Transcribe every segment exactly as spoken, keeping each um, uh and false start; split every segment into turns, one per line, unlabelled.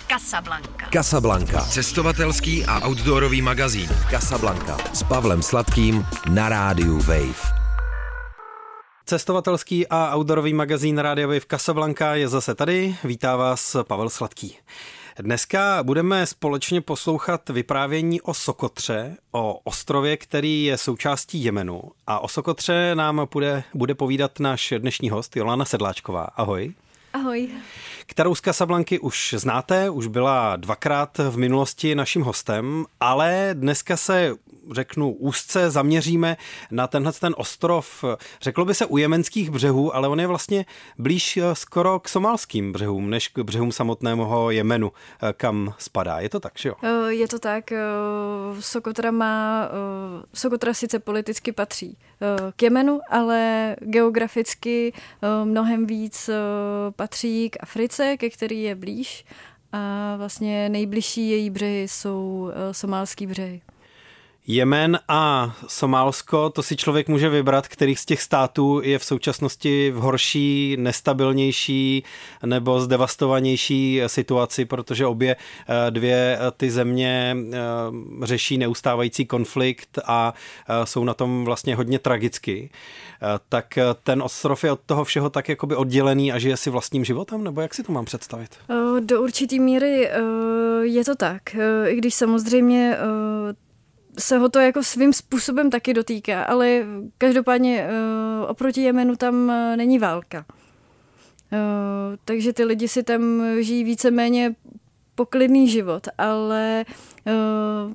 Casablanca.
Casablanca.
Cestovatelský a outdoorový magazín.
Casablanca. S Pavlem Sladkým na rádiu Wave.
Cestovatelský a outdoorový magazín Rádia Wave Casablanca je zase tady. Vítá vás Pavel Sladký. Dneska budeme společně poslouchat vyprávění o Sokotře, o ostrově, který je součástí Jemenu. A o Sokotře nám bude, bude povídat náš dnešní host Jolana Sedláčková. Ahoj.
Ahoj.
Kterou z Casablanky už znáte, už byla dvakrát v minulosti naším hostem, ale dneska se, řeknu, úzce zaměříme na tenhle ten ostrov, řeklo by se u jemenských břehů, ale on je vlastně blíž skoro k somálským břehům, než k břehům samotného Jemenu, kam spadá. Je to tak, že jo?
Je to tak. Sokotra má, Sokotra sice politicky patří k Jemenu, ale geograficky mnohem víc patří k Africe, ke který je blíž, a vlastně nejbližší její břehy jsou somálský břehy.
Jemen a Somálsko, to si člověk může vybrat, kterých z těch států je v současnosti v horší, nestabilnější nebo zdevastovanější situaci, protože obě dvě ty země řeší neustávající konflikt a jsou na tom vlastně hodně tragicky. Tak ten ostrov je od toho všeho tak jakoby oddělený a žije si vlastním životem, nebo jak si to mám představit?
Do určitý míry je to tak, i když samozřejmě se ho to jako svým způsobem taky dotýká, ale každopádně uh, oproti Jemenu tam uh, není válka. Uh, takže ty lidi si tam žijí víceméně poklidný život, ale uh,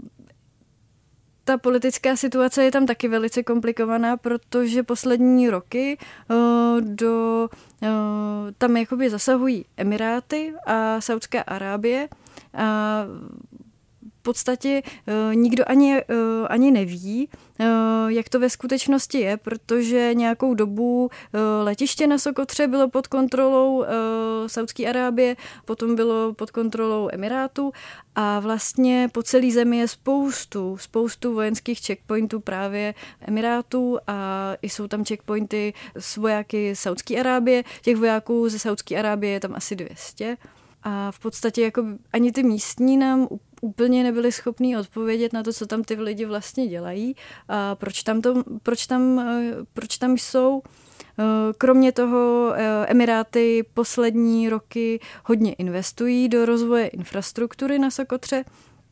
ta politická situace je tam taky velice komplikovaná, protože poslední roky uh, do, uh, tam jakoby zasahují Emiráty a Saudská Arábie a v podstatě uh, nikdo ani, uh, ani neví, uh, jak to ve skutečnosti je, protože nějakou dobu uh, letiště na Sokotře bylo pod kontrolou uh, Saudské Arábie, potom bylo pod kontrolou Emirátu a vlastně po celé zemi je spoustu, spoustu vojenských checkpointů právě Emirátů a jsou tam checkpointy s vojáky Saudské Arábie. Těch vojáků ze Saudské Arábie je tam asi dvě stě. A v podstatě jako ani ty místní nám úplně nebyli schopní odpovědět na to, co tam ty lidi vlastně dělají a proč tam, to, proč tam, proč tam jsou. Kromě toho Emiráty poslední roky hodně investují do rozvoje infrastruktury na Sokotře.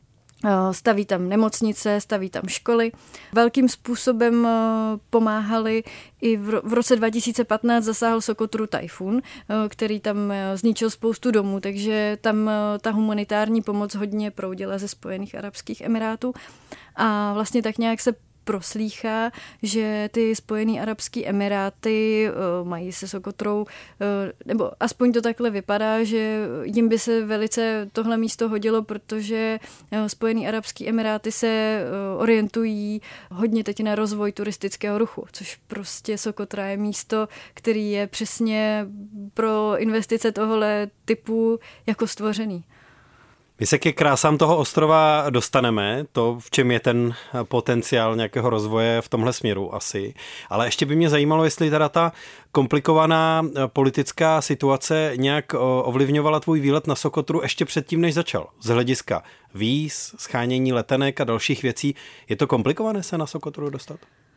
Staví tam nemocnice, staví tam školy. Velkým způsobem pomáhali i v roce dva tisíce patnáct zasáhl Sokotru tajfun, který tam zničil spoustu domů, takže tam ta humanitární pomoc hodně proudila ze Spojených arabských emirátů a vlastně tak nějak se proslýchá, že ty Spojené arabské emiráty uh, mají se Sokotrou, uh, nebo aspoň to takhle vypadá, že jim by se velice tohle místo hodilo, protože uh, Spojené arabské emiráty se uh, orientují hodně teď na rozvoj turistického ruchu, což prostě Sokotra je místo, který je přesně pro investice tohohle typu jako stvořený.
My se ke krásám toho ostrova dostaneme, to, v čem je ten potenciál nějakého rozvoje v tomhle směru asi. Ale ještě by mě zajímalo, jestli teda ta komplikovaná politická situace nějak ovlivňovala tvůj výlet na Sokotru ještě předtím, než začal. Z hlediska víz, schánění letenek a dalších věcí. Je to komplikované se na Sokotru dostat?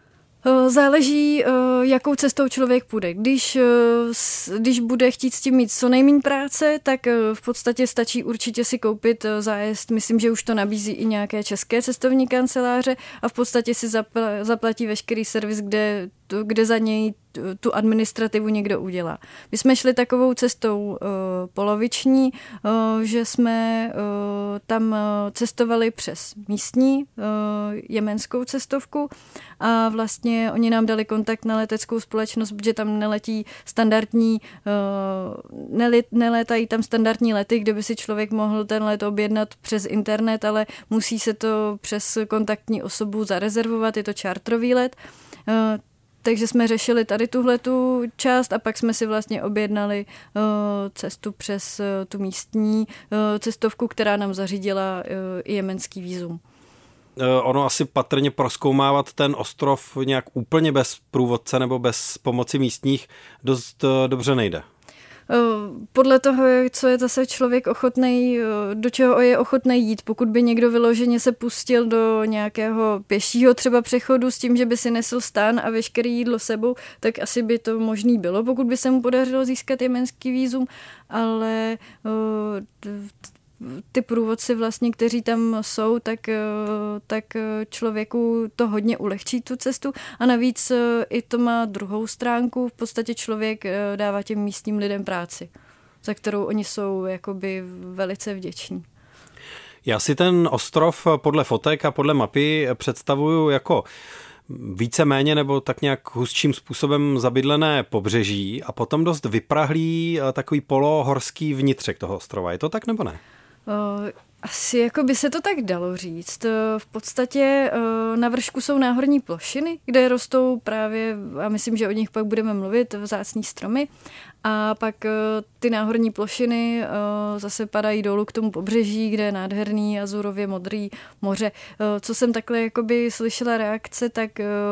Záleží, jakou cestou člověk půjde. Když, když bude chtít s tím mít co nejméně práce, tak v podstatě stačí určitě si koupit zájezd. Myslím, že už to nabízí i nějaké české cestovní kanceláře a v podstatě si zaplatí veškerý servis, kde, kde za něj tu administrativu někdo udělá. My jsme šli takovou cestou uh, poloviční, uh, že jsme uh, tam uh, cestovali přes místní uh, jemenskou cestovku a vlastně oni nám dali kontakt na leteckou společnost, protože tam neletí standardní, uh, nelet, nelétají tam standardní lety, kde by si člověk mohl ten let objednat přes internet, ale musí se to přes kontaktní osobu zarezervovat, je to čártrový let. Uh, Takže jsme řešili tady tuhletu část a pak jsme si vlastně objednali uh, cestu přes uh, tu místní uh, cestovku, která nám zařídila uh, i jemenský vízum.
Ono asi patrně prozkoumávat ten ostrov nějak úplně bez průvodce nebo bez pomoci místních dost dobře nejde.
Podle toho, co je zase člověk ochotnej, do čeho je ochotnej jít. Pokud by někdo vyloženě se pustil do nějakého pěšího třeba přechodu s tím, že by si nesl stán a veškeré jídlo sebou, tak asi by to možný bylo, pokud by se mu podařilo získat jemenský vízum, ale ty průvodci vlastně, kteří tam jsou, tak, tak člověku to hodně ulehčí tu cestu a navíc i to má druhou stránku, v podstatě člověk dává těm místním lidem práci, za kterou oni jsou jakoby velice vděční.
Já si ten ostrov podle fotek a podle mapy představuju jako víceméně nebo tak nějak hustším způsobem zabydlené pobřeží a potom dost vyprahlý takový polohorský vnitřek toho ostrova. Je to tak nebo ne?
Asi jako by se to tak dalo říct. V podstatě na vršku jsou náhorní plošiny, kde rostou právě, a myslím, že o nich pak budeme mluvit, vzácní stromy. A pak ty náhorní plošiny zase padají dolů k tomu pobřeží, kde je nádherný azurově modrý moře. Co jsem takhle jakoby slyšela reakce, tak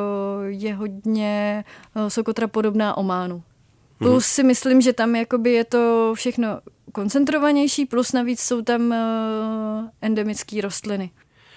je hodně Sokotra podobná Ománu. Plus si myslím, že tam jakoby je to všechno koncentrovanější, plus navíc jsou tam uh, endemické rostliny.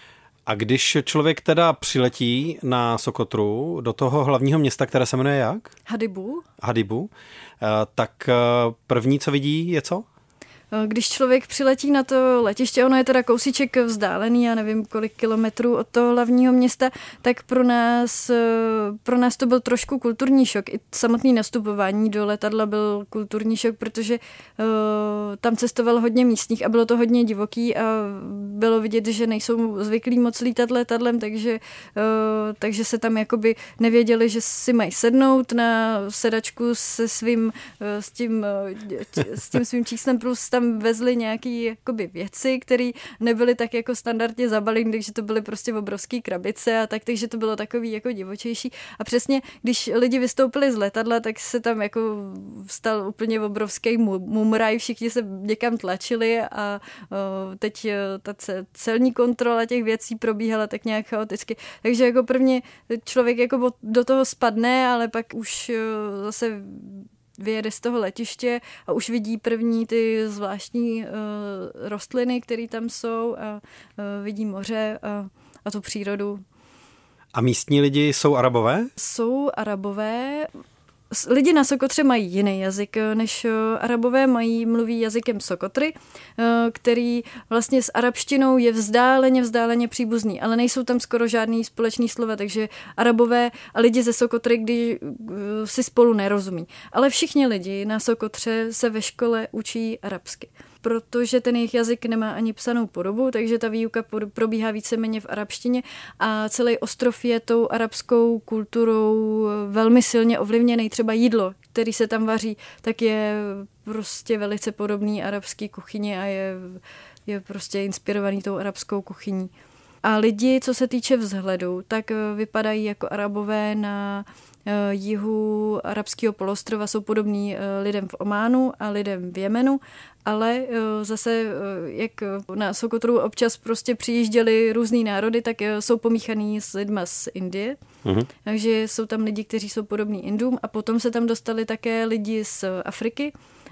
A když člověk teda přiletí na Sokotru do toho hlavního města, které se jmenuje jak?
Hadibu.
Hadibu, uh, tak uh, první, co vidí, je co?
Když člověk přiletí na to letiště, ono je teda kousíček vzdálený, já nevím kolik kilometrů od toho hlavního města, tak pro nás, pro nás to byl trošku kulturní šok. I samotný nastupování do letadla byl kulturní šok, protože uh, tam cestovalo hodně místních a bylo to hodně divoký a bylo vidět, že nejsou zvyklí moc lítat letadlem, takže, uh, takže se tam jakoby nevěděli, že si mají sednout na sedačku se svým, uh, s, tím, uh, s tím svým číslem, plus tam vezli nějaký jakoby věci, které nebyly tak jako standardně zabalené, takže to byly prostě obrovský krabice a tak, takže to bylo takový jako divočejší. A přesně, když lidi vystoupili z letadla, tak se tam jako vstal úplně obrovský mumraj, všichni se někam tlačili a o, teď ta celní kontrola těch věcí probíhala tak nějak chaoticky. Takže jako prvně člověk jako do toho spadne, ale pak už o, zase vyjede z toho letiště a už vidí první ty zvláštní uh, rostliny, které tam jsou a uh, vidí moře a, a tu přírodu.
A místní lidi jsou Arabové?
Jsou Arabové. Lidi na Sokotře mají jiný jazyk, než Arabové mají, mluví jazykem Sokotry, který vlastně s arabštinou je vzdáleně, vzdáleně příbuzný, ale nejsou tam skoro žádný společný slova, takže Arabové a lidi ze Sokotry, když si spolu nerozumí. Ale všichni lidi na Sokotře se ve škole učí arabsky, protože ten jejich jazyk nemá ani psanou podobu, takže ta výuka probíhá víceméně v arabštině a celý ostrov je tou arabskou kulturou velmi silně ovlivněný. Třeba jídlo, který se tam vaří, tak je prostě velice podobný arabské kuchyni a je, je prostě inspirovaný tou arabskou kuchyní. A lidi, co se týče vzhledu, tak vypadají jako Arabové na jihu arabského poloostrova, jsou podobní lidem v Ománu a lidem v Jemenu, ale zase, jak na Sokotru občas prostě přijížděli různý národy, tak jsou pomíchaný s lidma z Indie. Mhm. Takže jsou tam lidi, kteří jsou podobní Indům a potom se tam dostali také lidi z Afriky,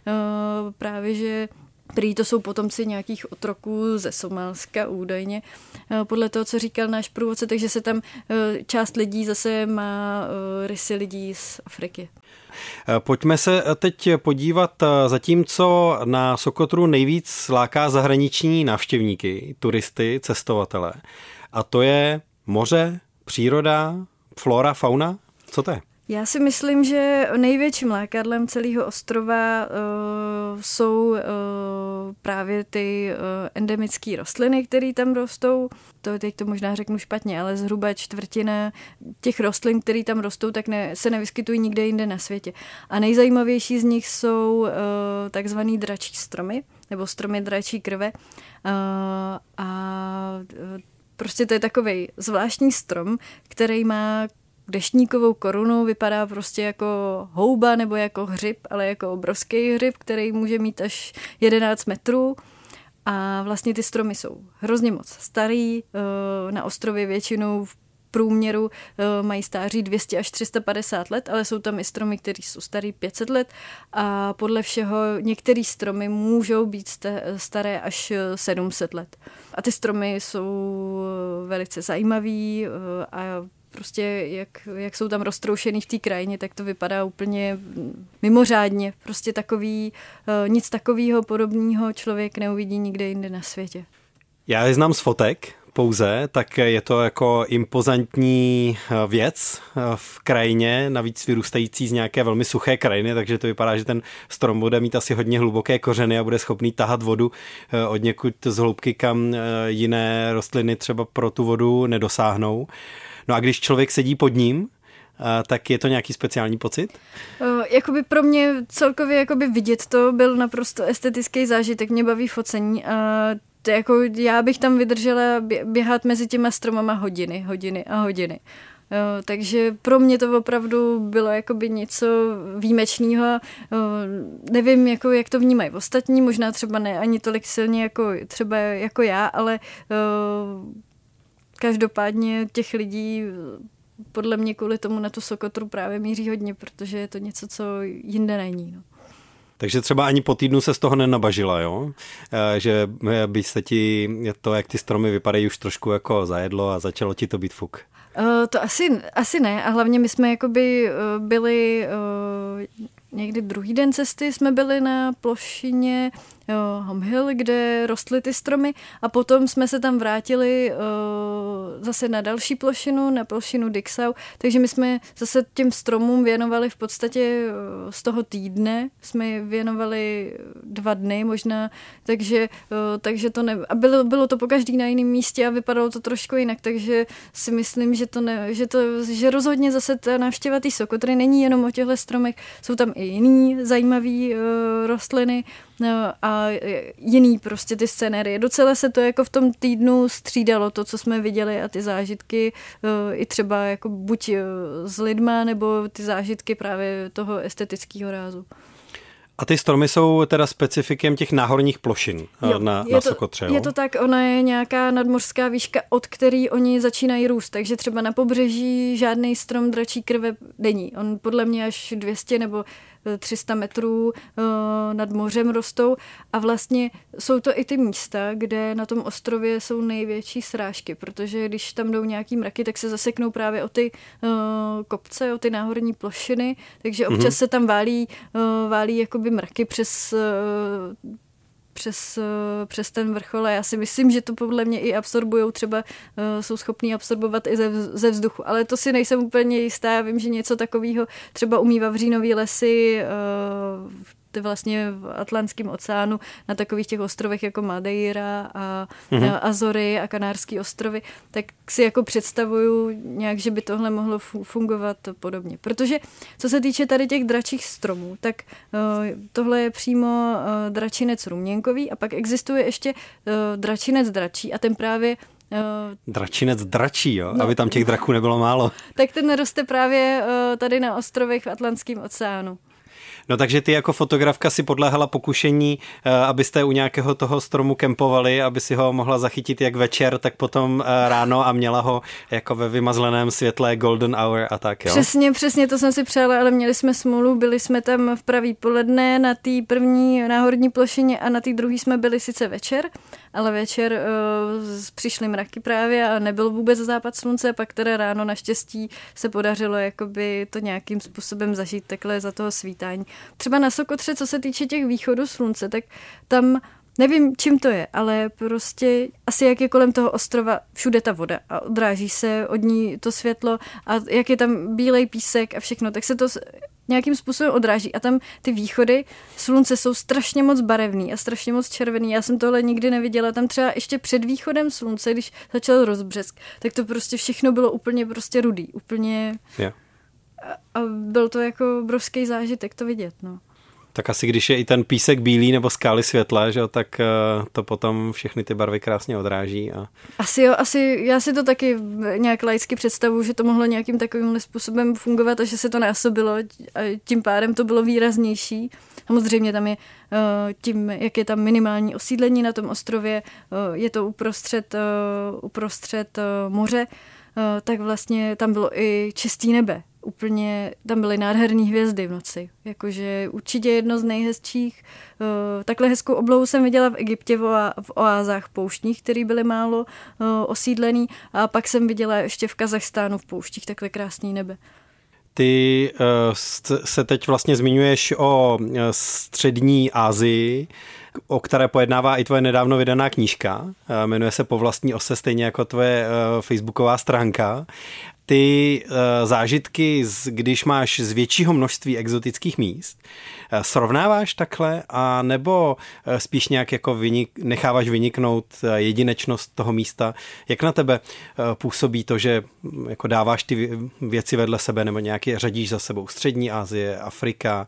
právě že prý to jsou potomci nějakých otroků ze Somálska údajně, podle toho, co říkal náš průvodce, takže se tam část lidí zase má rysy lidí z Afriky.
Pojďme se teď podívat, zatímco na Sokotru nejvíc láká zahraniční návštěvníky, turisty, cestovatele. A to je moře, příroda, flora, fauna? Co to je?
Já si myslím, že největším lákadlem celého ostrova uh, jsou uh, právě ty uh, endemické rostliny, které tam rostou. To teď to možná řeknu špatně, ale zhruba čtvrtina těch rostlin, které tam rostou, tak ne, se nevyskytují nikde jinde na světě. A nejzajímavější z nich jsou uh, takzvaný dračí stromy, nebo stromy dračí krve. Uh, a uh, prostě to je takovej zvláštní strom, který má deštníkovou korunu, vypadá prostě jako houba nebo jako hřib, ale jako obrovský hřib, který může mít až jedenáct metrů. A vlastně ty stromy jsou hrozně moc starý, na ostrově většinou průměru mají stáří dvě stě až tři sta padesát let, ale jsou tam i stromy, které jsou starý pět set let a podle všeho některé stromy můžou být staré až sedm set let. A ty stromy jsou velice zajímavý a prostě jak, jak jsou tam roztroušený v té krajině, tak to vypadá úplně mimořádně. Prostě takový, nic takového podobného člověk neuvidí nikde jinde na světě.
Já je znám z fotek pouze, tak je to jako impozantní věc v krajině, navíc vyrůstající z nějaké velmi suché krajiny, takže to vypadá, že ten strom bude mít asi hodně hluboké kořeny a bude schopný tahat vodu od někud z hloubky, kam jiné rostliny třeba pro tu vodu nedosáhnou. No a když člověk sedí pod ním, tak je to nějaký speciální pocit?
Jakoby pro mě celkově jakoby vidět to byl naprosto estetický zážitek, mě baví focení a to jako já bych tam vydržela běhat mezi těma stromama hodiny, hodiny a hodiny. Jo, takže pro mě to opravdu bylo jakoby něco výjimečného. Nevím, jako, jak to vnímají ostatní, možná třeba ne ani tolik silně jako, třeba jako já, ale uh, každopádně těch lidí podle mě kvůli tomu na tu Sokotru právě míří hodně, protože je to něco, co jinde není. No.
Takže třeba ani po týdnu se z toho nenabažila, jo? Že by se ti to, jak ty stromy vypadají, už trošku jako zajedlo a začalo ti to být fuk?
Uh, to asi, asi ne a hlavně my jsme jakoby uh, byli uh, někdy druhý den cesty jsme byli na plošině Hom Hill, kde rostly ty stromy a potom jsme se tam vrátili uh, zase na další plošinu, na plošinu Dixau, takže my jsme zase těm stromům věnovali v podstatě uh, z toho týdne, jsme věnovali dva dny možná, takže, uh, takže to ne, a bylo, bylo to pokaždý na jiném místě a vypadalo to trošku jinak, takže si myslím, že to, ne, že to že rozhodně zase ta návštěva té Sokotry není jenom o těchto stromech, jsou tam i jiný zajímavý uh, rostliny, no, a jiný prostě ty scenérie. Docela se to jako v tom týdnu střídalo, to, co jsme viděli a ty zážitky i třeba jako buď s lidma, nebo ty zážitky právě toho estetického rázu.
A ty stromy jsou teda specifikem těch náhorních plošin jo, na, na Sokotře, jo?
Je to tak, ona je nějaká nadmořská výška, od který oni začínají růst, takže třeba na pobřeží žádný strom dračí krve není. On podle mě až dvě stě nebo tři sta metrů uh, nad mořem rostou a vlastně jsou to i ty místa, kde na tom ostrově jsou největší srážky, protože když tam jdou nějaký mraky, tak se zaseknou právě o ty uh, kopce, o ty náhorní plošiny, takže občas mm-hmm. se tam válí, uh, válí jakoby mraky přes uh, Přes, přes ten vrchol a já si myslím, že to podle mě i absorbujou, třeba uh, jsou schopní absorbovat i ze, ze vzduchu, ale to si nejsem úplně jistá, já vím, že něco takového třeba umí vavřínový lesy uh, vlastně v Atlantském oceánu na takových těch ostrovech jako Madeira a mm-hmm. Azory a Kanárský ostrovy, tak si jako představuju nějak, že by tohle mohlo fungovat podobně. Protože co se týče tady těch dračích stromů, tak uh, tohle je přímo uh, dračinec ruměnkový a pak existuje ještě uh, dračinec dračí a ten právě
Uh, Dračinec dračí, jo?
No.
Aby tam těch draků nebylo málo.
Tak ten roste právě uh, tady na ostrovech v Atlantském oceánu.
No takže ty jako fotografka si podléhala pokušení, abyste u nějakého toho stromu kempovali, aby si ho mohla zachytit jak večer, tak potom ráno a měla ho jako ve vymazleném světle golden hour a tak, jo?
Přesně, přesně, to jsem si přála, ale měli jsme smůlu, byli jsme tam v pravý poledne na té první náhorní plošině a na té druhé jsme byli sice večer, ale večer uh, přišly mraky právě a nebyl vůbec západ slunce, pak teda ráno naštěstí se podařilo jakoby to nějakým způsobem zažít takhle za toho svítání. Třeba na Sokotře, co se týče těch východů slunce, tak tam nevím, čím to je, ale prostě asi jak je kolem toho ostrova všude ta voda a odráží se od ní to světlo a jak je tam bílej písek a všechno, tak se to nějakým způsobem odráží a tam ty východy slunce jsou strašně moc barevný a strašně moc červený. Já jsem tohle nikdy neviděla. Tam třeba ještě před východem slunce, když začal rozbřesk, tak to prostě všechno bylo úplně prostě rudý, úplně...
Yeah.
A byl to jako obrovský zážitek to vidět, no.
Tak asi když je i ten písek bílý nebo skály světlé, že jo, tak uh, to potom všechny ty barvy krásně odráží. A... Asi
jo, asi já si to taky nějak laicky představuji, že to mohlo nějakým takovým způsobem fungovat a že se to násobilo a tím pádem to bylo výraznější. Samozřejmě tam je uh, tím, jak je tam minimální osídlení na tom ostrově, uh, je to uprostřed, uh, uprostřed uh, moře, tak vlastně tam bylo i čistý nebe. Úplně, tam byly nádherné hvězdy v noci. Jakože určitě jedno z nejhezčích. Takhle hezkou oblohu jsem viděla v Egyptě v oázách pouštních, které byly málo osídlený. A pak jsem viděla ještě v Kazachstánu v pouštích takhle krásný nebe.
Ty se teď vlastně zmiňuješ o střední Asii, o které pojednává i tvoje nedávno vydaná knížka. Jmenuje se Po vlastní ose, stejně jako tvoje facebooková stránka. Ty zážitky, když máš z většího množství exotických míst, srovnáváš takhle, a nebo spíš nějak jako vynik, necháváš vyniknout jedinečnost toho místa? Jak na tebe působí to, že jako dáváš ty věci vedle sebe nebo nějaké řadíš za sebou? Střední Asie, Afrika,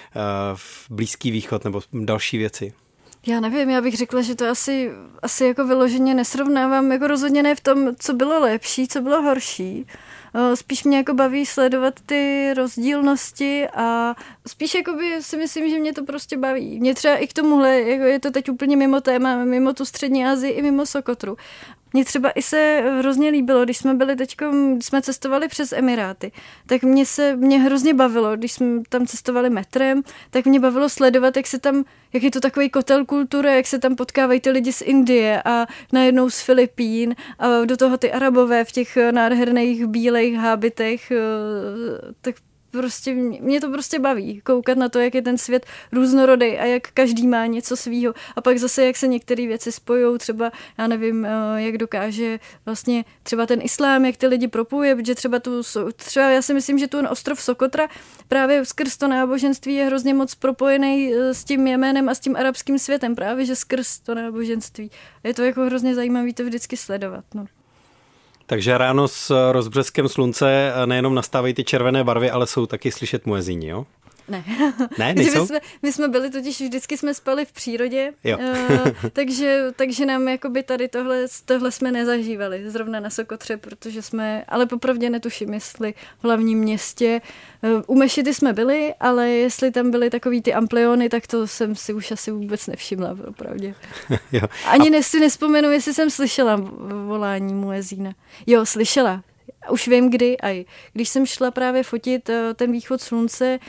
Blízký východ nebo další věci?
Já nevím, já bych řekla, že to asi, asi jako vyloženě nesrovnávám, jako rozhodně ne v tom, co bylo lepší, co bylo horší. Spíš mě jako baví sledovat ty rozdílnosti a spíš jakoby si myslím, že mě to prostě baví. Mě třeba i k tomuhle, jako je to teď úplně mimo téma, mimo tu střední Asii i mimo Sokotru. Mně třeba i se hrozně líbilo, když jsme byli teďko, když jsme cestovali přes Emiráty, tak mě se mě hrozně bavilo, když jsme tam cestovali metrem, tak mě bavilo sledovat, jak se tam, jak je to takový kotel kultury, jak se tam potkávají ty lidi z Indie a najednou z Filipín a do toho ty Arabové v těch nádherných bílejch hábitech, tak prostě mě to prostě baví, koukat na to, jak je ten svět různorodý a jak každý má něco svýho. A pak zase, jak se některé věci spojou, třeba, já nevím, jak dokáže vlastně třeba ten islám, jak ty lidi propojuje, protože třeba tu, třeba já si myslím, že tu ostrov Sokotra právě skrz to náboženství je hrozně moc propojený s tím Jemenem a s tím arabským světem, právě že skrz to náboženství. Je to jako hrozně zajímavé to vždycky sledovat, no.
Takže ráno s rozbřeskem slunce nejenom nastávají ty červené barvy, ale jsou taky slyšet muezíni, jo?
Ne.
Ne, nejsou?
My jsme, my jsme byli totiž, vždycky jsme spali v přírodě, uh, takže, takže nám jakoby tady tohle, tohle jsme nezažívali, zrovna na Sokotře, protože jsme, ale popravdě netuším, jestli v hlavním městě, uh, u Mešity jsme byli, ale jestli tam byly takový ty ampliony, tak to jsem si už asi vůbec nevšimla, opravdě. Jo. Ani A... si nespomenu, jestli jsem slyšela volání muezína. Jo, slyšela. Už vím kdy a když jsem šla právě fotit ten východ slunce,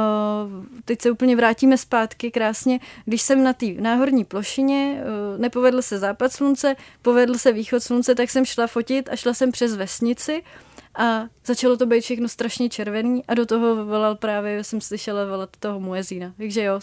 teď se úplně vrátíme zpátky krásně, když jsem na té náhorní plošině, nepovedl se západ slunce, povedl se východ slunce, tak jsem šla fotit a šla jsem přes vesnici a začalo to být všechno strašně červený a do toho volal právě, jsem slyšela volat toho muezína, takže jo.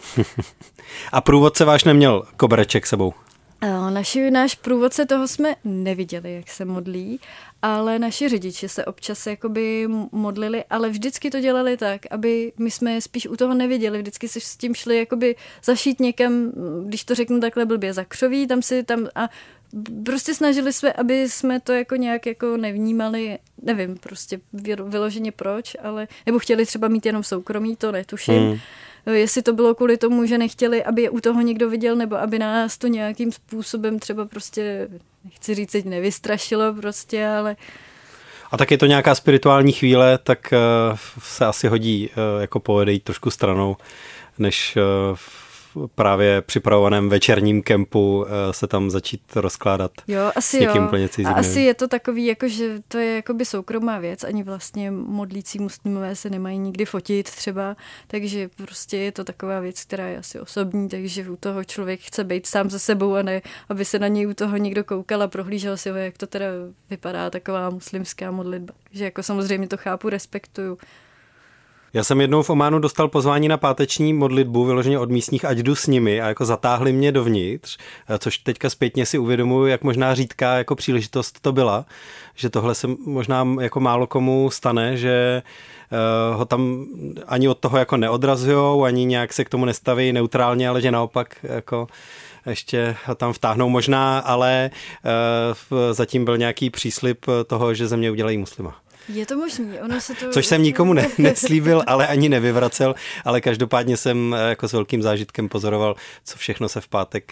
A průvodce váš neměl kobereček sebou?
Naši, náš průvodce, toho jsme neviděli, jak se modlí, ale naši řidiči se občas jakoby modlili, ale vždycky to dělali tak, aby my jsme spíš u toho neviděli, vždycky si s tím šli jakoby zašít někam, když to řeknu takhle blbě, za křoví, tam si tam a prostě snažili jsme, aby jsme to jako nějak jako nevnímali, nevím prostě vyloženě proč, ale nebo chtěli třeba mít jenom soukromí, to netuším. Hmm. Jestli to bylo kvůli tomu, že nechtěli, aby je u toho někdo viděl, nebo aby nás to nějakým způsobem třeba prostě, nechci říct, teď nevystrašilo prostě, ale...
A tak je to nějaká spirituální chvíle, tak uh, se asi hodí uh, jako pojedejít trošku stranou, než uh, právě připravovaném večerním kempu se tam začít rozkládat.
Jo, asi
s někým
jo.
úplně cizím.
A asi je to takový, jako, že to je jakoby soukromá věc, ani vlastně modlící muslimové se nemají nikdy fotit třeba, takže prostě je to taková věc, která je asi osobní, takže u toho člověk chce být sám se sebou a ne, aby se na něj u toho někdo koukal a prohlížel si ho, jak to teda vypadá taková muslimská modlitba. Že jako samozřejmě to chápu, respektuju.
Já jsem jednou v Ománu dostal pozvání na páteční modlitbu vyloženě od místních, ať jdu s nimi, a jako zatáhli mě dovnitř, což teďka zpětně si uvědomuji, jak možná řídká jako příležitost to byla, že tohle se možná jako málo komu stane, že ho tam ani od toho jako neodrazujou, ani nějak se k tomu nestaví neutrálně, ale že naopak jako ještě ho tam vtáhnou možná, ale zatím byl nějaký příslib toho, že ze mě udělají muslima.
Je to možný, ono se to...
Což jsem nikomu ne, neslíbil, ale ani nevyvracel, ale každopádně jsem jako s velkým zážitkem pozoroval, co všechno se v pátek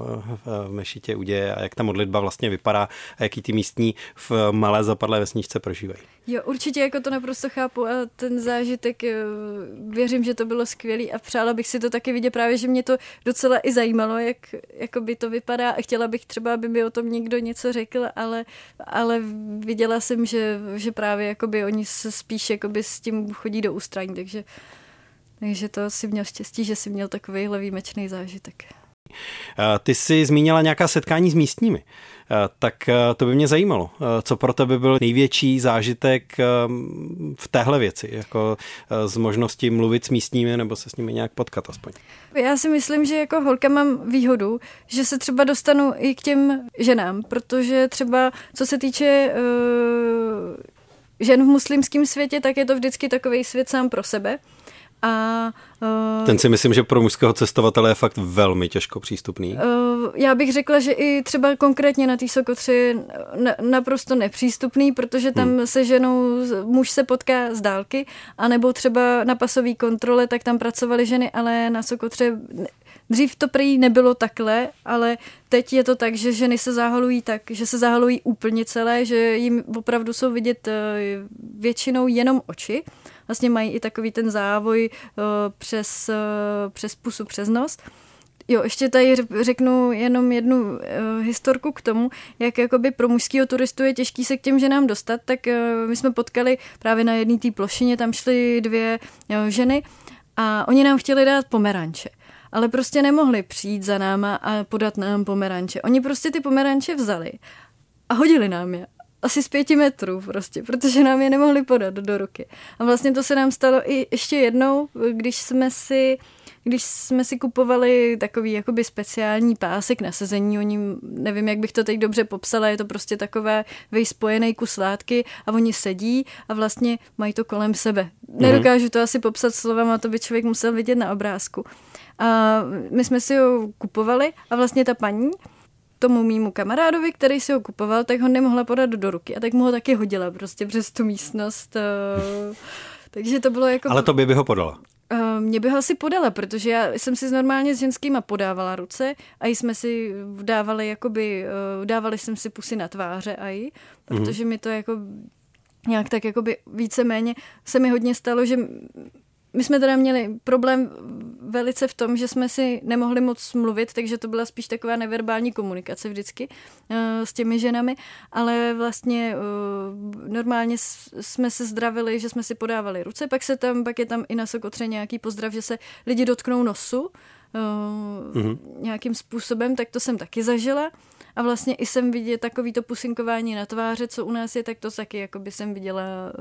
v mešitě uděje a jak ta modlitba vlastně vypadá a jaký ty místní v malé zapadlé vesničce prožívají.
Jo, určitě jako to naprosto chápu a ten zážitek, věřím, že to bylo skvělý a přála bych si to taky vidět, právě, že mě to docela i zajímalo, jak jakoby to vypadá a chtěla bych třeba, aby mi o tom někdo něco řekl, ale, ale viděla jsem, že, že právě jakoby oni se spíš jakoby s tím chodí do ústraní, takže, takže to si měl štěstí, že si měl takovýhle výjimečný zážitek.
Ty jsi zmínila nějaká setkání s místními, tak to by mě zajímalo. Co pro tebe byl největší zážitek v téhle věci, jako z možnosti mluvit s místními nebo se s nimi nějak potkat aspoň?
Já si myslím, že jako holka mám výhodu, že se třeba dostanu i k těm ženám, protože třeba co se týče uh, žen v muslimském světě, tak je to vždycky takovej svět sám pro sebe. A, uh,
Ten si myslím, že pro mužského cestovatele je fakt velmi těžko přístupný.
Uh, já bych řekla, že i třeba konkrétně na té Sokotři na, naprosto nepřístupný, protože tam hmm. se ženou muž se potká z dálky, anebo třeba na pasové kontrole, tak tam pracovaly ženy, ale na Sokotře dřív to prý nebylo takhle, ale teď je to tak, že ženy se zahalují tak, že se zahalují úplně celé, že jim opravdu jsou vidět většinou jenom oči. Vlastně mají i takový ten závoj uh, přes, uh, přes pusu, přes nos. Jo, ještě tady řeknu jenom jednu uh, historku k tomu, jak jakoby pro mužského turistu je těžký se k těm ženám dostat, tak uh, my jsme potkali právě na jedné té plošině, tam šly dvě uh, ženy a oni nám chtěli dát pomeranče. Ale prostě nemohli přijít za náma a podat nám pomeranče. Oni prostě ty pomeranče vzali a hodili nám je. Asi z pěti metrů prostě, protože nám je nemohli podat do ruky. A vlastně to se nám stalo i ještě jednou, když jsme si, když jsme si kupovali takový jakoby speciální pásek na sezení, oni, nevím, jak bych to teď dobře popsala, je to prostě takové vejspojený kus látky a oni sedí a vlastně mají to kolem sebe. Nedokážu to asi popsat slovama, to by člověk musel vidět na obrázku. A my jsme si ho kupovali a vlastně ta paní tomu mýmu kamarádovi, který si ho kupoval, tak ho nemohla podat do ruky a tak mu ho taky hodila prostě přes tu místnost. Takže to bylo jako...
Ale to by by ho podala.
Mě by ho asi podala, protože já jsem si normálně s ženskýma podávala ruce a jsme si dávali jakoby, dávali jsem si pusy na tváře a i, protože mm-hmm. mi to jako nějak tak jakoby víceméně se mi hodně stalo, že my jsme teda měli problém velice v tom, že jsme si nemohli moc mluvit, takže to byla spíš taková neverbální komunikace vždycky uh, s těmi ženami, ale vlastně uh, normálně jsme se zdravili, že jsme si podávali ruce, pak se tam, pak je tam i na Sokotře nějaký pozdrav, že se lidi dotknou nosu uh, mm-hmm. nějakým způsobem, tak to jsem taky zažila. A vlastně i jsem viděla takovýto pusinkování na tváře, co u nás je, tak to taky jako by jsem viděla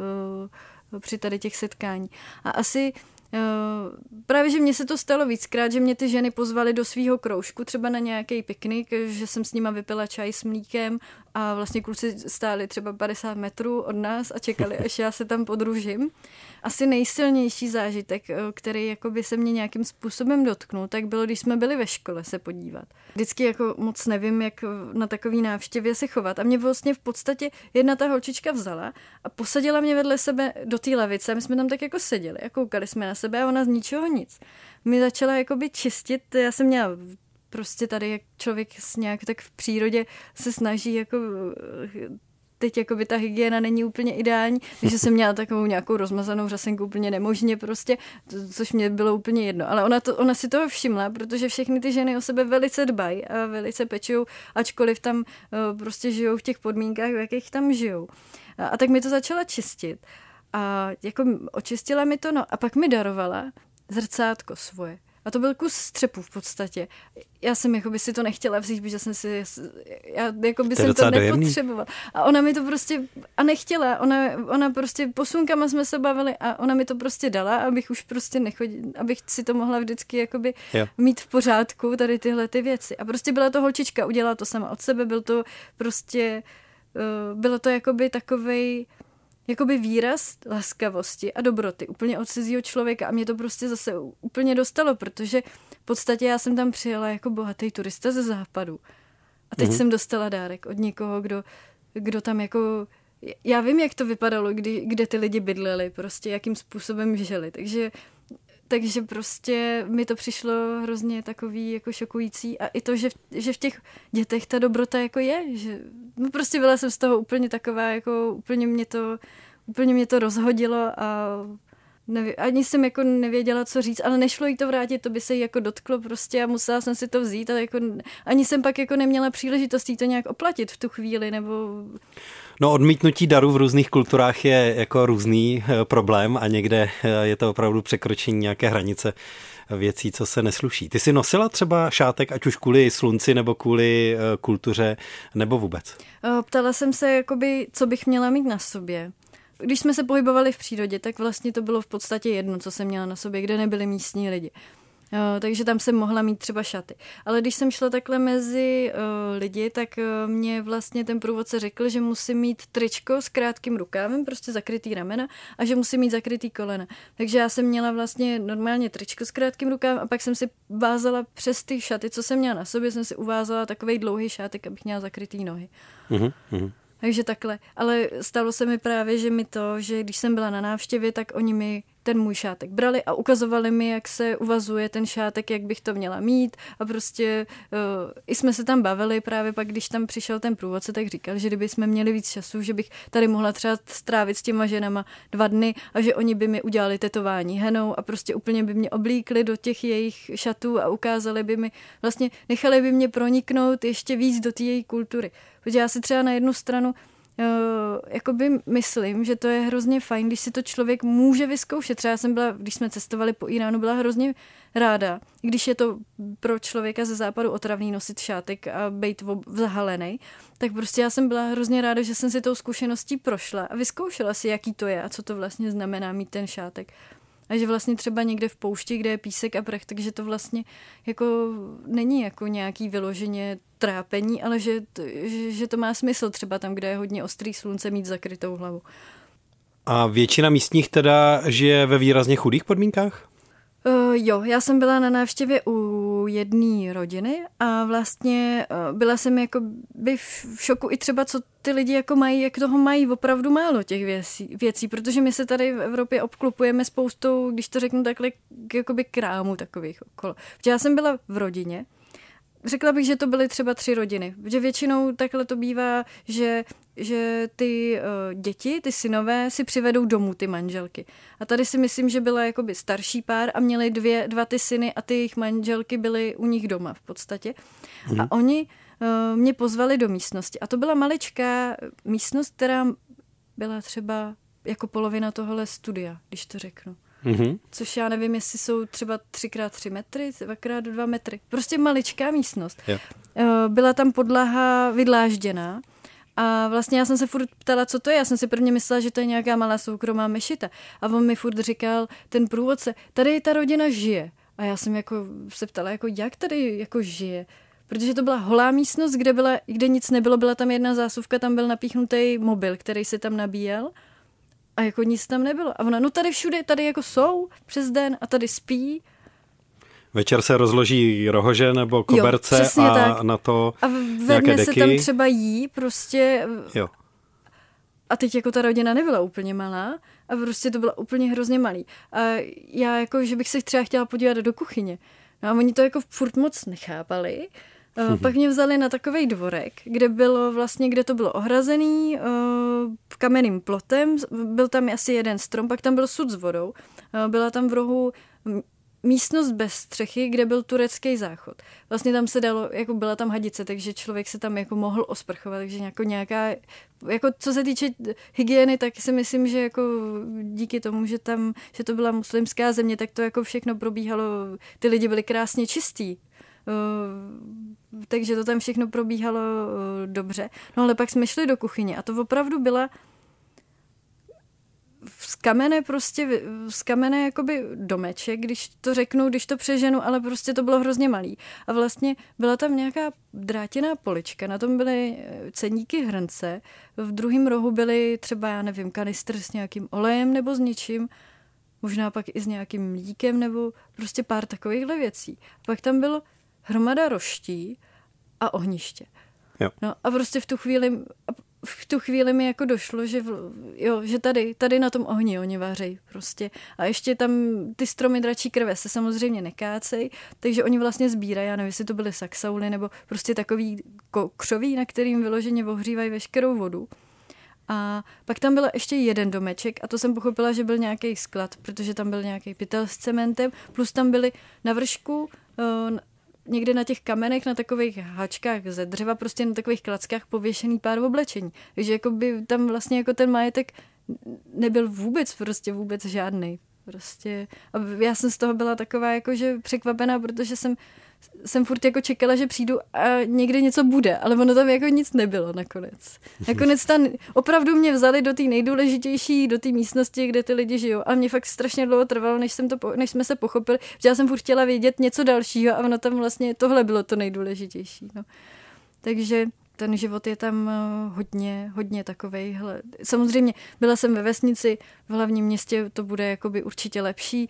uh, při tady těch setkání. A asi uh, právě, že mně se to stalo víckrát, že mě ty ženy pozvaly do svýho kroužku, třeba na nějaký piknik, že jsem s nima vypila čaj s mlíkem a vlastně kluci stáli třeba padesát metrů od nás a čekali, až já se tam podružím. Asi nejsilnější zážitek, který jakoby se mě nějakým způsobem dotknul, tak bylo, když jsme byli ve škole se podívat. Vždycky jako moc nevím, jak na takový návštěvě se chovat. A mě vlastně v podstatě jedna ta holčička vzala a posadila mě vedle sebe do té lavice a my jsme tam tak jako seděli a koukali jsme na sebe a ona z ničeho nic. Mi začala jakoby čistit, já jsem měla prostě tady, jak člověk nějak tak v přírodě se snaží jako... Teď jakoby ta hygiena není úplně ideální, takže jsem měla takovou nějakou rozmazanou řasenku úplně nemožně prostě, což mě bylo úplně jedno. Ale ona, to, ona si toho všimla, protože všechny ty ženy o sebe velice dbají a velice pečují, ačkoliv tam uh, prostě žijou v těch podmínkách, v jakých tam žijou. A, a tak mi to začala čistit. A jako očistila mi to, no a pak mi darovala zrcátko svoje. A to byl kus střepu v podstatě. Já jsem jakoby si to nechtěla vzít, protože jsem si, já jakoby jsem to nepotřebovala. A ona mi to prostě, a nechtěla, ona, ona prostě posunkama jsme se bavili a ona mi to prostě dala, abych už prostě nechodila, abych si to mohla vždycky jakoby jo. mít v pořádku, tady tyhle ty věci. A prostě byla to holčička, udělala to sama od sebe, byl to prostě, bylo to jakoby takovej, jakoby výraz laskavosti a dobroty úplně od cizího člověka a mě to prostě zase úplně dostalo, protože v podstatě já jsem tam přijela jako bohatý turista ze západu a teď mm-hmm. jsem dostala dárek od někoho, kdo, kdo tam jako já vím, jak to vypadalo, kdy, kde ty lidi bydleli, prostě jakým způsobem žili, takže takže prostě mi to přišlo hrozně takový jako šokující a i to, že v, že v těch dětech ta dobrota jako je, že no prostě byla jsem z toho úplně taková, jako úplně mě to, úplně mě to rozhodilo a nevě, ani jsem jako nevěděla, co říct, ale nešlo jí to vrátit, to by se jí jako dotklo prostě a musela jsem si to vzít a jako ani jsem pak jako neměla příležitost jí to nějak oplatit v tu chvíli, nebo...
No odmítnutí darů v různých kulturách je jako různý problém a někde je to opravdu překročení nějaké hranice věcí, co se nesluší. Ty jsi nosila třeba šátek, ať už kvůli slunci nebo kvůli kultuře, nebo vůbec?
Ptala jsem se, jakoby, co bych měla mít na sobě. Když jsme se pohybovali v přírodě, tak vlastně to bylo v podstatě jedno, co jsem měla na sobě, kde nebyli místní lidi. Jo, takže tam jsem mohla mít třeba šaty. Ale když jsem šla takhle mezi uh, lidi, tak uh, mě vlastně ten průvodce řekl, že musím mít tričko s krátkým rukávem, prostě zakrytý ramena a že musím mít zakrytý kolena. Takže já jsem měla vlastně normálně tričko s krátkým rukávem a pak jsem si vázala přes ty šaty, co jsem měla na sobě, jsem si uvázala takovej dlouhý šátek, abych měla zakrytý nohy.
Uh-huh, uh-huh.
Takže takhle. Ale stalo se mi právě, že mi to, že když jsem byla na návštěvě, tak oni mi ten můj šátek brali a ukazovali mi, jak se uvazuje ten šátek, jak bych to měla mít a prostě uh, i jsme se tam bavili právě pak, když tam přišel ten průvodce, tak říkal, že kdyby jsme měli víc času, že bych tady mohla třeba strávit s těma ženama dva dny a že oni by mi udělali tetování henou a prostě úplně by mě oblíkli do těch jejich šatů a ukázali by mi, vlastně nechali by mě proniknout ještě víc do té její kultury. Protože já si třeba na jednu stranu Uh, jakoby myslím, že to je hrozně fajn, když si to člověk může vyzkoušet. Třeba jsem byla, když jsme cestovali po Iránu, byla hrozně ráda, když je to pro člověka ze západu otravný nosit šátek a být zahalený, tak prostě já jsem byla hrozně ráda, že jsem si tou zkušeností prošla a vyzkoušela si, jaký to je a co to vlastně znamená mít ten šátek. A že vlastně třeba někde v poušti, kde je písek a prach, takže to vlastně jako není jako nějaký vyloženě trápení, ale že to, že, že to má smysl třeba tam, kde je hodně ostrý slunce, mít zakrytou hlavu.
A většina místních teda žije ve výrazně chudých podmínkách?
Uh, jo, já jsem byla na návštěvě u jedné rodiny a vlastně uh, byla jsem jako by v šoku i třeba, co ty lidi jako mají, jak toho mají opravdu málo těch věcí, věcí, protože my se tady v Evropě obklopujeme spoustou, když to řeknu takhle, jakoby krámů takových okolo. Protože já jsem byla v rodině, řekla bych, že to byly třeba tři rodiny, protože většinou takhle to bývá, že, že ty uh, děti, ty synové si přivedou domů ty manželky. A tady si myslím, že byla jakoby starší pár a měli dvě, dva ty syny a ty jejich manželky byly u nich doma v podstatě. Hmm. A oni uh, mě pozvali do místnosti. A to byla maličká místnost, která byla třeba jako polovina tohohle studia, když to řeknu. Mm-hmm. Což já nevím, jestli jsou třeba tři krát tři metry, dva krát dva metry. Prostě maličká místnost. Yeah. Byla tam podlaha vydlážděná a vlastně já jsem se furt ptala, co to je. Já jsem si prvně myslela, že to je nějaká malá soukromá mešita. A on mi furt říkal, ten průvodce, tady ta rodina žije. A já jsem jako se ptala, jako jak tady jako žije. Protože to byla holá místnost, kde, byla, kde nic nebylo, byla tam jedna zásuvka, tam byl napíchnutý mobil, který se tam nabíjel. A jako nic tam nebylo. A ona, no tady všude, tady jako jsou přes den a tady spí.
Večer se rozloží rohože nebo koberce
jo,
a
tak.
na to
a
nějaké
dne
deky.
se tam třeba jí prostě.
Jo.
A teď jako ta rodina nebyla úplně malá a prostě to bylo úplně hrozně malý. A já jako, že bych se třeba chtěla podívat do kuchyně. No a oni to jako furt moc nechápali. Uh, pak mě vzali na takovej dvorek, kde bylo vlastně, kde to bylo ohrazený uh, kamenným plotem, byl tam asi jeden strom, pak tam byl sud s vodou, uh, byla tam v rohu místnost bez střechy, kde byl turecký záchod. Vlastně tam se dalo, jako byla tam hadice, takže člověk se tam jako mohl osprchovat, takže jako nějaká, jako co se týče hygieny, tak si myslím, že jako díky tomu, že tam, že to byla muslimská země, tak to jako všechno probíhalo, ty lidi byli krásně čistí. Uh, takže to tam všechno probíhalo uh, dobře. No ale pak jsme šli do kuchyně a to opravdu byla z kamene prostě, z kamene jakoby domeček, když to řeknu, když to přeženu, ale prostě to bylo hrozně malý. A vlastně byla tam nějaká drátěná polička, na tom byly ceníky hrnce, v druhém rohu byly třeba, já nevím, kanistr s nějakým olejem nebo s něčím, možná pak i s nějakým mlíkem nebo prostě pár takovýchhle věcí. A pak tam bylo hromada roští a ohniště.
Jo.
No a prostě v tu chvíli v tu chvíli mi jako došlo, že, v, jo, že tady, tady na tom ohni oni vařejí prostě. A ještě tam ty stromy dračí krve se samozřejmě nekácej, takže oni vlastně sbírají, já nevím, jestli to byly saxauly nebo prostě takový křoví, na kterým vyloženě ohřívají veškerou vodu. A pak tam byl ještě jeden domeček a to jsem pochopila, že byl nějaký sklad, protože tam byl nějaký pytel s cementem, plus tam byly na vršku uh, někde na těch kamenech, na takových háčkách ze dřeva, prostě na takových klackách pověšený pár oblečení. Takže jako by tam vlastně jako ten majetek nebyl vůbec, prostě vůbec žádný. Prostě. A já jsem z toho byla taková jakože překvapená, protože jsem jsem furt jako čekala, že přijdu a někde něco bude, ale ono tam jako nic nebylo nakonec. Nakonec tam opravdu mě vzali do té nejdůležitější, do té místnosti, kde ty lidi žijou a mě fakt strašně dlouho trvalo, než, jsem to, než jsme se pochopili, že já jsem furt chtěla vědět něco dalšího a ono tam vlastně tohle bylo to nejdůležitější. No. Takže ten život je tam hodně, hodně takovejhle. Samozřejmě byla jsem ve vesnici, v hlavním městě to bude jakoby určitě lepší.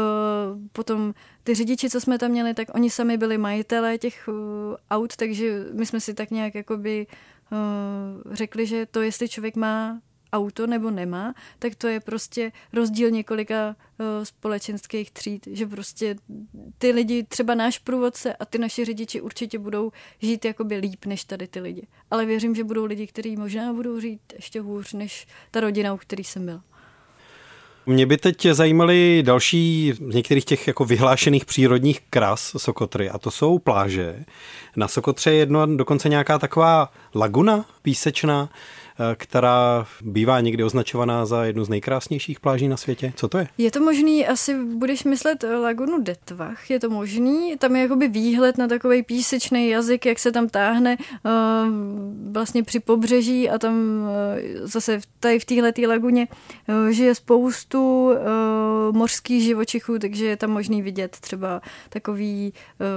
Potom ty řidiči, co jsme tam měli, tak oni sami byli majitelé těch aut, takže my jsme si tak nějak jakoby řekli, že to, jestli člověk má auto nebo nemá, tak to je prostě rozdíl několika uh, společenských tříd, že prostě ty lidi, třeba náš průvodce a ty naši řidiči určitě budou žít jakoby líp než tady ty lidi. Ale věřím, že budou lidi, kteří možná budou žít ještě hůř než ta rodina, u který jsem byla.
Mě by teď zajímaly další z některých těch jako vyhlášených přírodních krás Sokotry a to jsou pláže. Na Sokotře je jedno dokonce nějaká taková laguna písečná, která bývá někdy označovaná za jednu z nejkrásnějších pláží na světě. Co to je?
Je to možný, asi budeš myslet lagunu Detvach, je to možný. Tam je jakoby výhled na takovej písečný jazyk, jak se tam táhne uh, vlastně při pobřeží a tam uh, zase tady v téhletý laguně uh, žije spoustu uh, mořských živočichů, takže je tam možný vidět třeba takový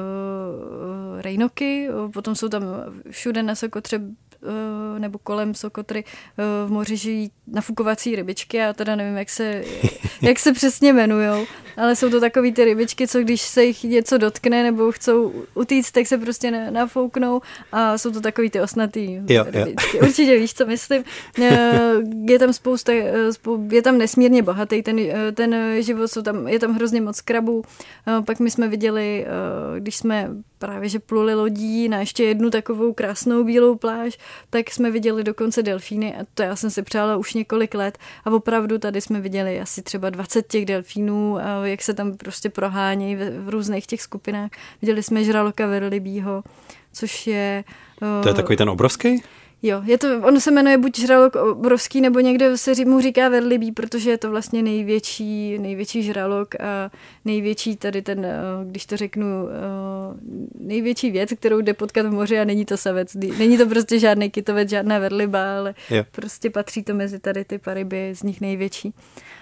uh, rejnoky, uh, potom jsou tam všude na Sokotře nebo kolem Sokotry v moři žijí nafukovací rybičky, já teda nevím, jak se, jak se přesně jmenujou, ale jsou to takový ty rybičky, co když se jich něco dotkne nebo chcou utíct, tak se prostě nafouknou a jsou to takový ty osnatý jo, rybičky. Jo. Určitě víš, co myslím. Je tam spousta, je tam nesmírně bohatý ten, ten život, jsou tam, je tam hrozně moc krabů. Pak my jsme viděli, když jsme právě, že pluli lodí na ještě jednu takovou krásnou bílou pláž, tak jsme viděli dokonce delfíny a to já jsem si přála už několik let a opravdu tady jsme viděli asi třeba dvacet těch delfínů, jak se tam prostě prohánějí v, v různých těch skupinách. Viděli jsme žraloka velrybího, což je...
To je takový ten obrovský?
Jo, je to, on se jmenuje buď žralok obrovský, nebo někde se mu říká velrybí, protože je to vlastně největší, největší žralok a největší tady ten, když to řeknu, největší věc, kterou jde potkat v moři a není to savec. Není to prostě žádný kytovec, žádná velryba, ale jo. Prostě patří to mezi tady ty paryby, z nich největší.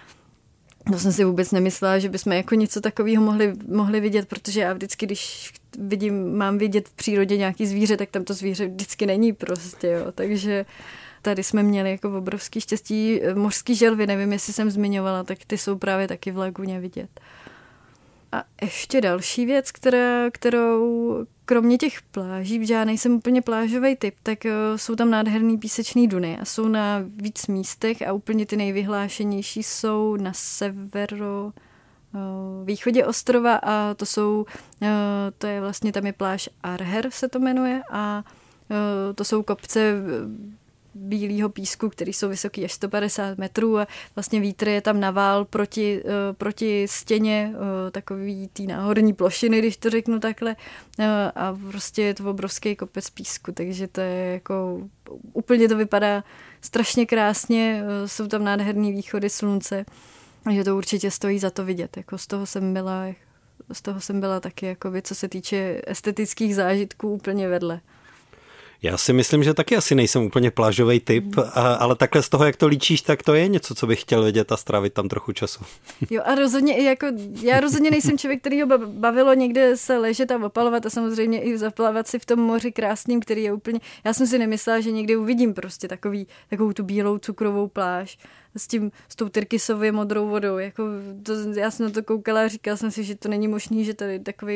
To jsem si vůbec nemyslela, že bychom jako něco takového mohli, mohli vidět, protože já vždycky, když vidím, mám vidět v přírodě nějaký zvíře, tak tam to zvíře vždycky není prostě, jo. Takže tady jsme měli jako obrovský štěstí. Mořský želvy, nevím, jestli jsem zmiňovala, tak ty jsou právě taky v laguně vidět. A ještě další věc, která, kterou kromě těch pláží, protože já nejsem úplně plážový typ, tak jsou tam nádherný písečný duny a jsou na víc místech a úplně ty nejvyhlášenější jsou na severo východě ostrova a to jsou, to je vlastně, tam je pláž Arher se to jmenuje a to jsou kopce bílého písku, který jsou vysoký až sto padesát metrů a vlastně vítr je tam navál proti, proti stěně takový tý náhorní plošiny, když to řeknu takhle a prostě je to obrovský kopec písku, takže to je jako, úplně to vypadá strašně krásně, jsou tam nádherný východy slunce, takže to určitě stojí za to vidět, jako z toho jsem byla, z toho jsem byla taky, jakoby, co se týče estetických zážitků úplně vedle.
Já si myslím, že taky asi nejsem úplně plážový typ, mm. ale takhle z toho, jak to líčíš, tak to je něco, co bych chtěl vidět a strávit tam trochu času.
Jo a rozhodně, jako, já rozhodně nejsem člověk, který ho bavilo někde se ležet a opalovat a samozřejmě i zaplavat si v tom moři krásným, který je úplně, já jsem si nemyslela, že někdy uvidím prostě takový, takovou tu bílou cukrovou pláž s tím, s tou tyrkysově modrou vodou, jako to, já jsem na to koukala a říkala jsem si, že to není možný, že tady takový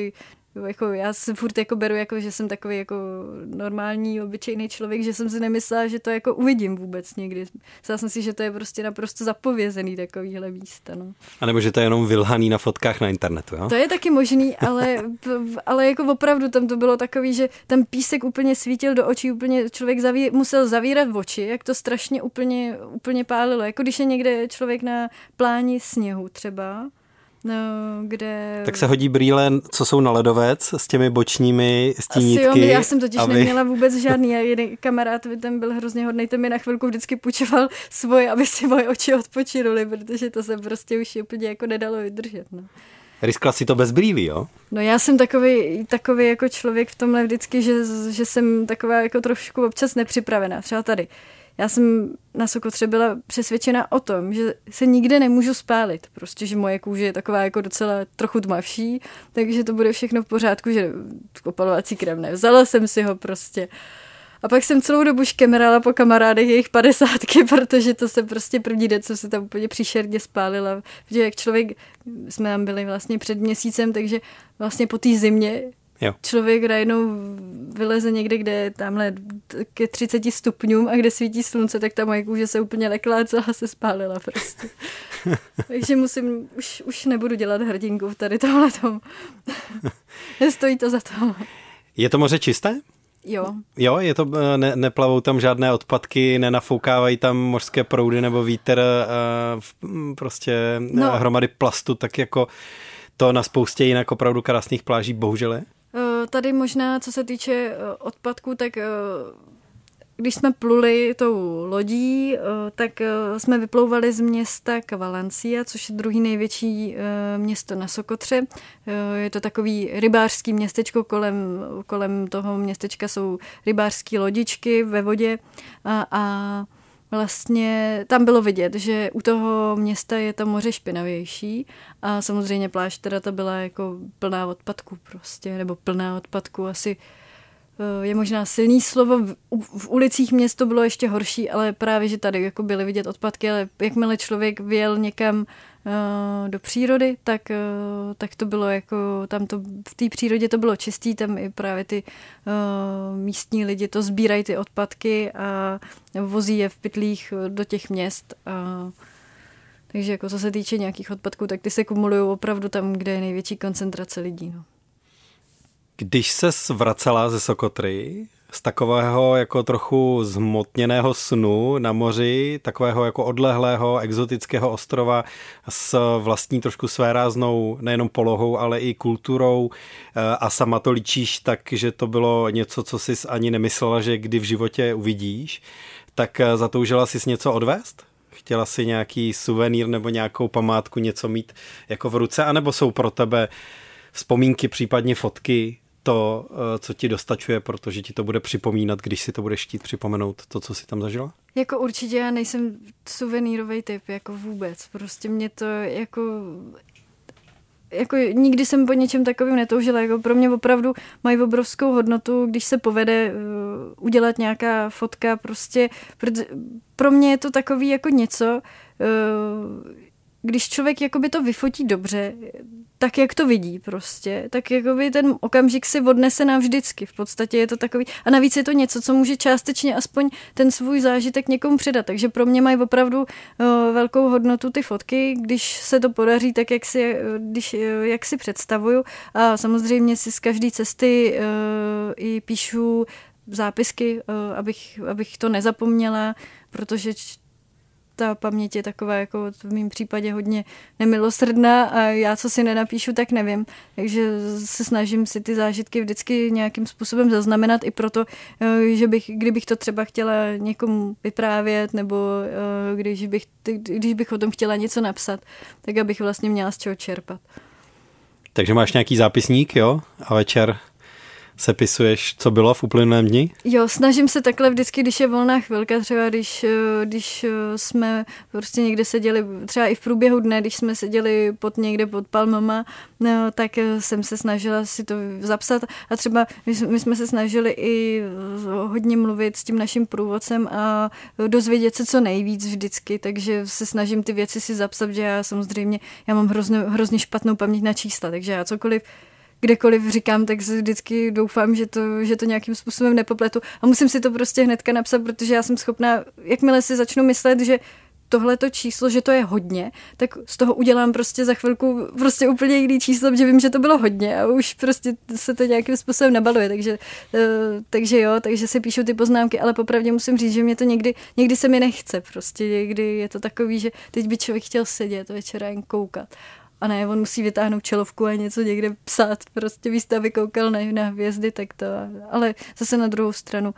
jako já si furt jako beru, jako, že jsem takový jako normální, obyčejný člověk, že jsem si nemyslela, že to jako uvidím vůbec někdy. Myslela jsem si, že to je prostě naprosto zapovězený takovýhle místa. No.
A nebo že to je jenom vylhaný na fotkách na internetu, jo?
To je taky možný, ale, ale jako opravdu tam to bylo takový, že tam písek úplně svítil do očí, úplně člověk zaví, musel zavírat oči, jak to strašně úplně, úplně pálilo. Jako když je někde člověk na pláni sněhu třeba, no, kde...
Tak se hodí brýle, co jsou na ledovec, s těmi bočními stínítky. Asi
jo, já jsem totiž
aby...
neměla vůbec žádný. A jeden kamarád, ten byl hrozně hodnej, ten mi na chvilku vždycky půjčoval svoje, aby si moje oči odpočinuly, protože to se prostě už úplně jako nedalo vydržet. No.
Riskla si to bez brýlí, jo?
No já jsem takový, takový jako člověk v tomhle vždycky, že, že jsem taková jako trošku občas nepřipravená. Třeba tady. Já jsem na Sokotře byla přesvědčena o tom, že se nikde nemůžu spálit. Prostě, že moje kůže je taková jako docela trochu tmavší, takže to bude všechno v pořádku, že opalovací krém ne. Vzala jsem si ho prostě. A pak jsem celou dobu škemerala po kamarádech jejich padesátky, protože to se prostě první den jsem se tam úplně příšerně spálila. Protože jak člověk, jsme tam byli vlastně před měsícem, takže vlastně po té zimě
jo. Člověk
najednou vyleze někde, kde je tamhle ke třiceti stupňům a kde svítí slunce, tak ta moje kůže se úplně lekla a celá se spálila prostě. Takže musím, už, už nebudu dělat hrdinku v tady tohletom. Nestojí to za to.
Je to moře čisté?
Jo.
Jo, je to, ne, neplavou tam žádné odpadky, nenafoukávají tam mořské proudy nebo vítr, uh, prostě no. hromady plastu, tak jako to na spoustě jinak opravdu krásných pláží bohužel je?
Tady možná, co se týče odpadků, tak když jsme pluli tou lodí, tak jsme vyplouvali z města Valencia, což je druhý největší město na Sokotře. Je to takový rybářský městečko, kolem, kolem toho městečka jsou rybářské lodičky ve vodě a, a vlastně tam bylo vidět, že u toho města je to moře špinavější a samozřejmě pláž teda ta byla jako plná odpadků prostě, nebo plná odpadků asi je možná silný slovo. V, v ulicích měst to bylo ještě horší, ale právě, že tady jako byly vidět odpadky, ale jakmile člověk vyjel někam uh, do přírody, tak, uh, tak to bylo jako, tam to, v té přírodě to bylo čistý, tam i právě ty uh, místní lidi to sbírají ty odpadky a vozí je v pytlích do těch měst a takže jako co se týče nějakých odpadků, tak ty se kumulují opravdu tam, kde je největší koncentrace lidí. No.
Když ses vracela ze Sokotry, z takového jako trochu zmotněného snu na moři, takového jako odlehlého exotického ostrova s vlastní trošku svéráznou nejenom polohou, ale i kulturou a sama to líčíš tak, že to bylo něco, co jsi ani nemyslela, že kdy v životě uvidíš, tak zatoužila jsi něco odvést? Chtěla jsi nějaký suvenýr nebo nějakou památku, něco mít jako v ruce, anebo jsou pro tebe vzpomínky, případně fotky, to, co ti dostačuje, protože ti to bude připomínat, když si to budeš chtít připomenout, to, co jsi tam zažila?
Jako určitě já nejsem suvenýrový typ, jako vůbec. Prostě mě to jako... Jako nikdy jsem po něčem takovým netoužila. Jako pro mě opravdu mají obrovskou hodnotu, když se povede uh, udělat nějaká fotka. Prostě pro mě je to takový jako něco... Uh, když člověk jakoby to vyfotí dobře, tak jak to vidí prostě, tak jakoby ten okamžik si odnese navždycky. V podstatě je to takový, a navíc je to něco, co může částečně aspoň ten svůj zážitek někomu předat. Takže pro mě mají opravdu uh, velkou hodnotu ty fotky, když se to podaří tak, jak si, když, uh, jak si představuju. A samozřejmě si z každé cesty uh, i píšu zápisky, uh, abych, abych to nezapomněla, protože ta paměť je taková jako v mém případě hodně nemilosrdná a já, co si nenapíšu, tak nevím. Takže se snažím si ty zážitky vždycky nějakým způsobem zaznamenat i proto, že bych, kdybych to třeba chtěla někomu vyprávět nebo když bych, když bych o tom chtěla něco napsat, tak abych vlastně měla z čeho čerpat. Takže
máš nějaký zápisník, jo? A večer sepisuješ, co bylo v uplynulém dni?
Jo, snažím se takhle vždycky, když je volná chvilka, třeba když, když jsme prostě někde seděli, třeba i v průběhu dne, když jsme seděli pod někde pod palmama, no, tak jsem se snažila si to zapsat a třeba my jsme se snažili i hodně mluvit s tím naším průvodcem a dozvědět se co nejvíc vždycky, takže se snažím ty věci si zapsat, že já samozřejmě, já mám hrozně, hrozně špatnou paměť na čísla, takže já cokoliv kdekoliv říkám, tak vždycky doufám, že to, že to nějakým způsobem nepopletu. A musím si to prostě hnedka napsat, protože já jsem schopná, jakmile si začnu myslet, že tohleto číslo, že to je hodně, tak z toho udělám prostě za chvilku prostě úplně jiný číslo, že vím, že to bylo hodně a už prostě se to nějakým způsobem nabaluje, takže, uh, takže jo, takže si píšu ty poznámky, ale popravdě musím říct, že mě to někdy, někdy se mi nechce prostě, někdy je to takový, že teď by člověk chtěl sedět večera jen koukat. A ne, on musí vytáhnout čelovku a něco někde psát, prostě místo, aby koukal na, na hvězdy, tak to, ale zase na druhou stranu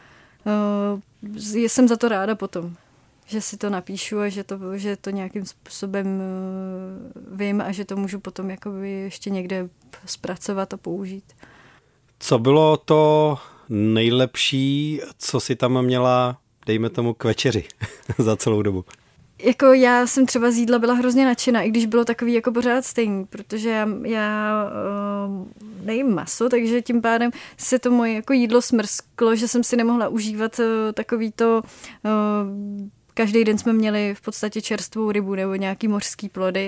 uh, jsem za to ráda potom, že si to napíšu a že to, že to nějakým způsobem uh, vím a že to můžu potom jakoby ještě někde zpracovat a použít.
Co bylo to nejlepší, co si tam měla, dejme tomu, k večeři za celou dobu?
Jako já jsem třeba z jídla byla hrozně nadšená, i když bylo takový jako pořád stejný, protože já, já uh, nejím maso, takže tím pádem se to moje jako jídlo smrsklo, že jsem si nemohla užívat uh, takový to... Uh, každý den jsme měli v podstatě čerstvou rybu nebo nějaký mořský plody.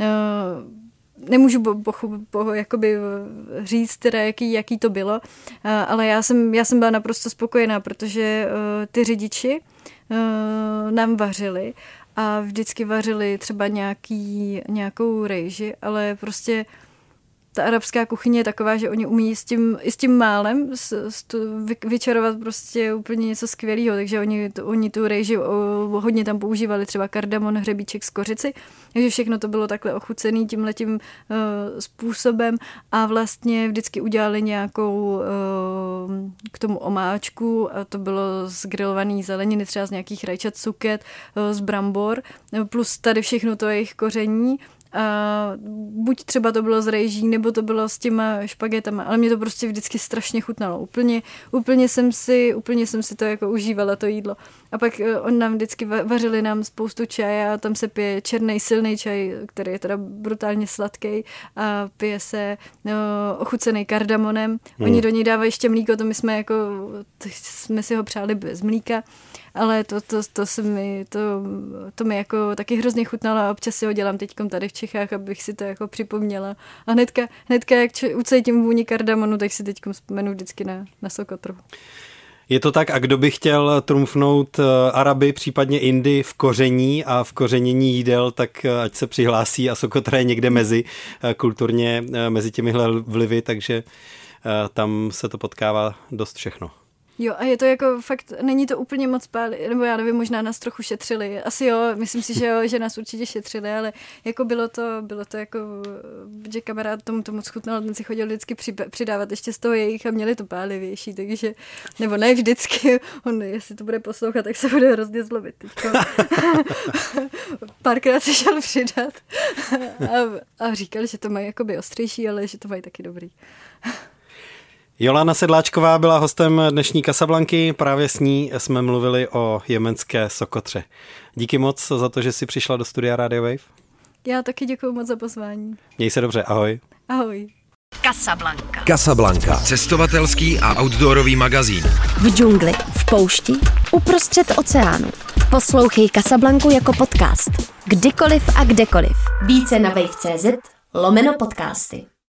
Uh, nemůžu bo, bo, bo, jakoby říct, teda, jaký, jaký to bylo, uh, ale já jsem, já jsem byla naprosto spokojená, protože uh, ty řidiči uh, nám vařili a vždycky vařili třeba nějaký, nějakou rejži, ale prostě ta arabská kuchyně je taková, že oni umí s tím, i s tím málem s, s tu, vy, vyčarovat prostě úplně něco skvělého, takže oni, to, oni tu rejži o, hodně tam používali, třeba kardamon, hřebíček z kořici, takže všechno to bylo takhle ochucený tímhletím uh, způsobem a vlastně vždycky udělali nějakou uh, k tomu omáčku a to bylo z grilovaný zeleniny, třeba z nějakých rajčat, cuket, uh, z brambor, plus tady všechno to jejich koření. A buď třeba to bylo z rejží, nebo to bylo s těma špagetama, ale mě to prostě vždycky strašně chutnalo. Úplně, úplně, jsem, si, úplně jsem si to jako užívala, to jídlo. A pak on nám vždycky vařili nám spoustu čaje a tam se pije černý silný čaj, který je teda brutálně sladký a pije se no, ochucený kardamonem. Hmm. Oni do něj dávají ještě mlíko, to my jsme jako, jsme si ho přáli bez mlíka. Ale to, to, to, se mi, to, to mi jako taky hrozně chutnalo a občas si ho dělám teďkom tady v Čechách, abych si to jako připomněla. A hnedka, hnedka jak ucítím vůni kardamonu, tak si teďkom vzpomenu vždycky na, na Sokotru.
Je to tak, a kdo by chtěl trumfnout Araby, případně Indy v koření a v kořenění jídel, tak ať se přihlásí a Sokotra je někde mezi, kulturně mezi těmihle vlivy, takže tam se to potkává dost všechno.
Jo, a je to jako fakt, není to úplně moc pálí, nebo já nevím, možná nás trochu šetřili. Asi jo, myslím si, že jo, že nás určitě šetřili, ale jako bylo to, bylo to jako, že kamarád tomu to moc chutnal, ten si chodil vždycky přidávat ještě z toho jejich a měli to pálivější, takže, nebo ne vždycky, on, jestli to bude poslouchat, tak se bude hrozně zlobit teďko. Párkrát se šel přidat a, a říkal, že to mají jakoby ostřejší, ale že to mají taky dobrý.
Jolana Sedláčková byla hostem dnešní Casablanky, právě s ní jsme mluvili o jemenské Sokotře. Díky moc za to, že jsi přišla do studia Radio Wave.
Já taky děkuji moc za pozvání.
Měj se dobře, ahoj.
Ahoj.
Casablanca. Casablanca.
Cestovatelský a outdoorový magazín.
V džungli, v poušti, uprostřed oceánu. Poslouchej Casablanku jako podcast. Kdykoliv a kdekoliv. Více na wave tečka cé zet lomeno podcasty.